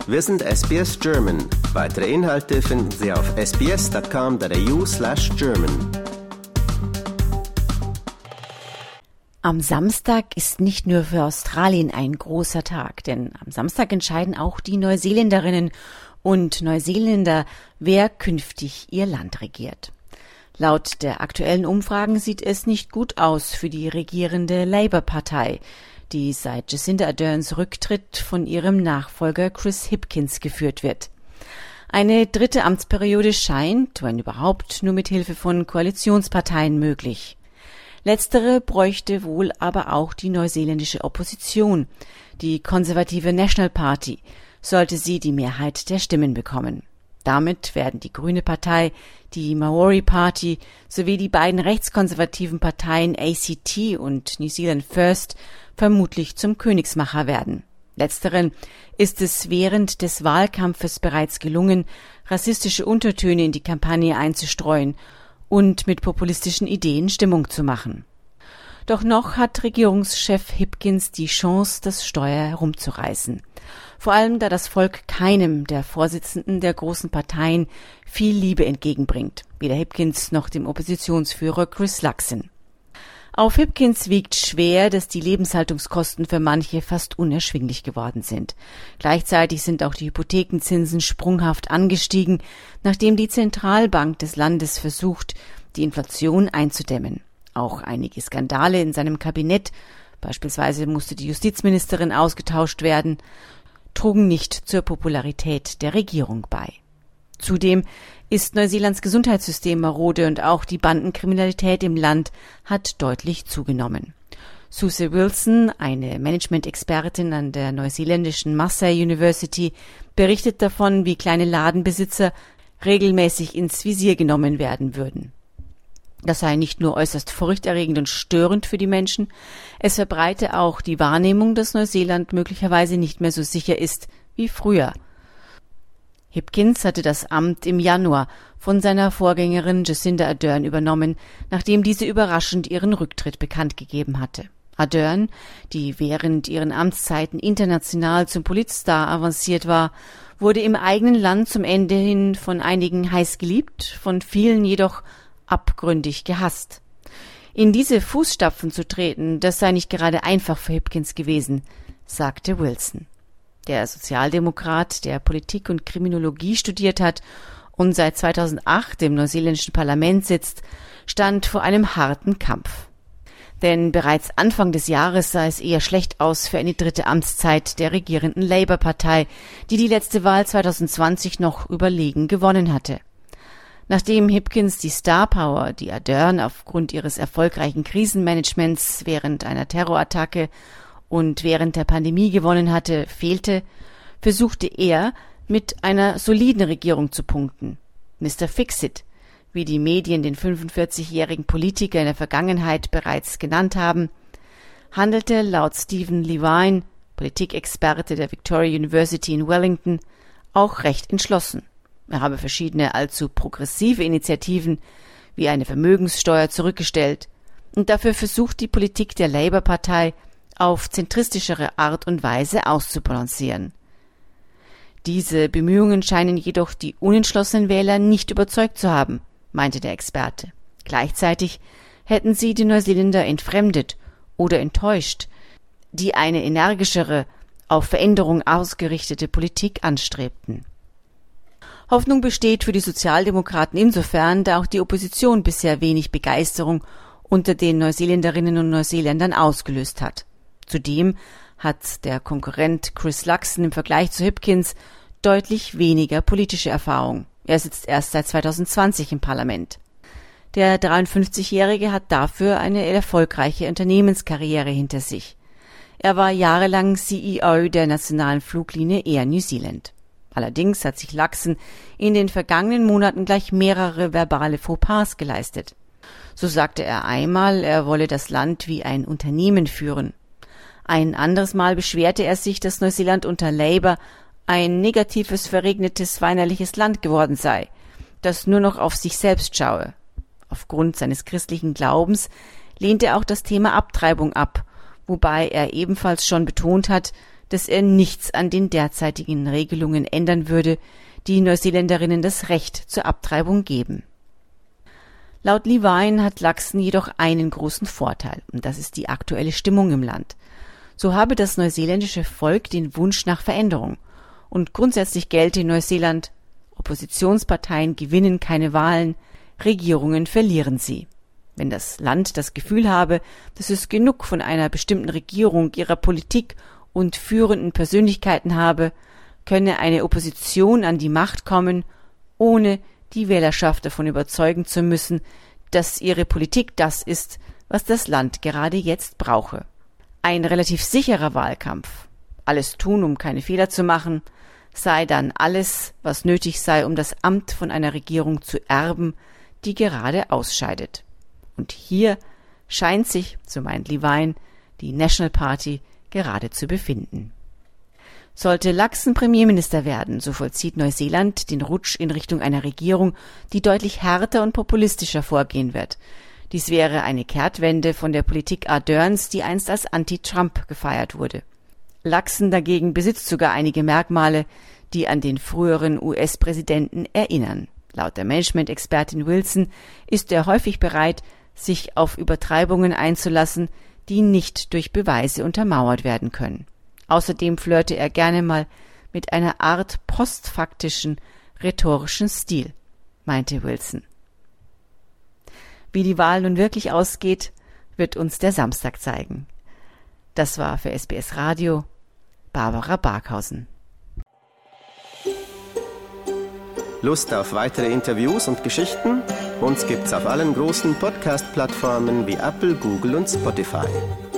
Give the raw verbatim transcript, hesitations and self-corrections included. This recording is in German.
Wir sind S B S German. Weitere Inhalte finden Sie auf sbs.com.au slash German. Am Samstag ist nicht nur für Australien ein großer Tag, denn am Samstag entscheiden auch die Neuseeländerinnen und Neuseeländer, wer künftig ihr Land regiert. Laut der aktuellen Umfragen sieht es nicht gut aus für die regierende Labour-Partei, die seit Jacinda Arderns Rücktritt von ihrem Nachfolger Chris Hipkins geführt wird. Eine dritte Amtsperiode scheint, wenn überhaupt, nur mit Hilfe von Koalitionsparteien möglich. Letztere bräuchte wohl aber auch die neuseeländische Opposition, die konservative National Party, sollte sie die Mehrheit der Stimmen bekommen. Damit werden die Grüne Partei, die Maori Party sowie die beiden rechtskonservativen Parteien A C T und New Zealand First vermutlich zum Königsmacher werden. Letzteren ist es während des Wahlkampfes bereits gelungen, rassistische Untertöne in die Kampagne einzustreuen und mit populistischen Ideen Stimmung zu machen. Doch noch hat Regierungschef Hipkins die Chance, das Steuer herumzureißen. Vor allem, da das Volk keinem der Vorsitzenden der großen Parteien viel Liebe entgegenbringt, weder Hipkins noch dem Oppositionsführer Chris Luxon. Auf Hipkins wiegt schwer, dass die Lebenshaltungskosten für manche fast unerschwinglich geworden sind. Gleichzeitig sind auch die Hypothekenzinsen sprunghaft angestiegen, nachdem die Zentralbank des Landes versucht, die Inflation einzudämmen. Auch einige Skandale in seinem Kabinett, beispielsweise musste die Justizministerin ausgetauscht werden, trugen nicht zur Popularität der Regierung bei. Zudem ist Neuseelands Gesundheitssystem marode und auch die Bandenkriminalität im Land hat deutlich zugenommen. Susie Wilson, eine Management-Expertin an der neuseeländischen Massey University, berichtet davon, wie kleine Ladenbesitzer regelmäßig ins Visier genommen werden würden. Das sei nicht nur äußerst furchterregend und störend für die Menschen, es verbreite auch die Wahrnehmung, dass Neuseeland möglicherweise nicht mehr so sicher ist wie früher. Hipkins hatte das Amt im Januar von seiner Vorgängerin Jacinda Ardern übernommen, nachdem diese überraschend ihren Rücktritt bekannt gegeben hatte. Ardern, die während ihren Amtszeiten international zum Politstar avanciert war, wurde im eigenen Land zum Ende hin von einigen heiß geliebt, von vielen jedoch abgründig gehasst. In diese Fußstapfen zu treten, das sei nicht gerade einfach für Hipkins gewesen, sagte Wilson. Der Sozialdemokrat, der Politik und Kriminologie studiert hat und seit zweitausendacht im neuseeländischen Parlament sitzt, stand vor einem harten Kampf. Denn bereits Anfang des Jahres sah es eher schlecht aus für eine dritte Amtszeit der regierenden Labour-Partei, die die letzte Wahl zweitausendzwanzig noch überlegen gewonnen hatte. Nachdem Hipkins die Star-Power, die Ardern aufgrund ihres erfolgreichen Krisenmanagements während einer Terrorattacke und während der Pandemie gewonnen hatte, fehlte, versuchte er, mit einer soliden Regierung zu punkten. Mister Fix-It, wie die Medien den fünfundvierzigjährigen Politiker in der Vergangenheit bereits genannt haben, handelte laut Stephen Levine, Politikexperte der Victoria University in Wellington, auch recht entschlossen. Er habe verschiedene allzu progressive Initiativen wie eine Vermögenssteuer zurückgestellt und dafür versucht, die Politik der Labour-Partei auf zentristischere Art und Weise auszubalancieren. Diese Bemühungen scheinen jedoch die unentschlossenen Wähler nicht überzeugt zu haben, meinte der Experte. Gleichzeitig hätten sie die Neuseeländer entfremdet oder enttäuscht, die eine energischere, auf Veränderung ausgerichtete Politik anstrebten. Hoffnung besteht für die Sozialdemokraten insofern, da auch die Opposition bisher wenig Begeisterung unter den Neuseeländerinnen und Neuseeländern ausgelöst hat. Zudem hat der Konkurrent Chris Luxon im Vergleich zu Hipkins deutlich weniger politische Erfahrung. Er sitzt erst seit zweitausendzwanzig im Parlament. Der dreiundfünfzigjährige hat dafür eine erfolgreiche Unternehmenskarriere hinter sich. Er war jahrelang C E O der nationalen Fluglinie Air New Zealand. Allerdings hat sich Luxon in den vergangenen Monaten gleich mehrere verbale Fauxpas geleistet. So sagte er einmal, er wolle das Land wie ein Unternehmen führen. Ein anderes Mal beschwerte er sich, dass Neuseeland unter Labour ein negatives, verregnetes, weinerliches Land geworden sei, das nur noch auf sich selbst schaue. Aufgrund seines christlichen Glaubens lehnte er auch das Thema Abtreibung ab, wobei er ebenfalls schon betont hat, dass er nichts an den derzeitigen Regelungen ändern würde, die Neuseeländerinnen das Recht zur Abtreibung geben. Laut Levine hat Luxon jedoch einen großen Vorteil, und das ist die aktuelle Stimmung im Land. So habe das neuseeländische Volk den Wunsch nach Veränderung. Und grundsätzlich gelte in Neuseeland: Oppositionsparteien gewinnen keine Wahlen, Regierungen verlieren sie. Wenn das Land das Gefühl habe, dass es genug von einer bestimmten Regierung, ihrer Politik und führenden Persönlichkeiten habe, könne eine Opposition an die Macht kommen, ohne die Wählerschaft davon überzeugen zu müssen, dass ihre Politik das ist, was das Land gerade jetzt brauche. Ein relativ sicherer Wahlkampf, alles tun, um keine Fehler zu machen, sei dann alles, was nötig sei, um das Amt von einer Regierung zu erben, die gerade ausscheidet. Und hier scheint sich, so meint Levine, die National Party gerade zu befinden. Sollte Luxon Premierminister werden, so vollzieht Neuseeland den Rutsch in Richtung einer Regierung, die deutlich härter und populistischer vorgehen wird. Dies wäre eine Kehrtwende von der Politik Ardерns, die einst als Anti-Trump gefeiert wurde. Luxon dagegen besitzt sogar einige Merkmale, die an den früheren U S-Präsidenten erinnern. Laut der Management-Expertin Wilson ist er häufig bereit, sich auf Übertreibungen einzulassen, die nicht durch Beweise untermauert werden können. Außerdem flirte er gerne mal mit einer Art postfaktischen, rhetorischen Stil, meinte Wilson. Wie die Wahl nun wirklich ausgeht, wird uns der Samstag zeigen. Das war für S B S Radio Barbara Barkhausen. Lust auf weitere Interviews und Geschichten? Uns gibt's auf allen großen Podcast-Plattformen wie Apple, Google und Spotify.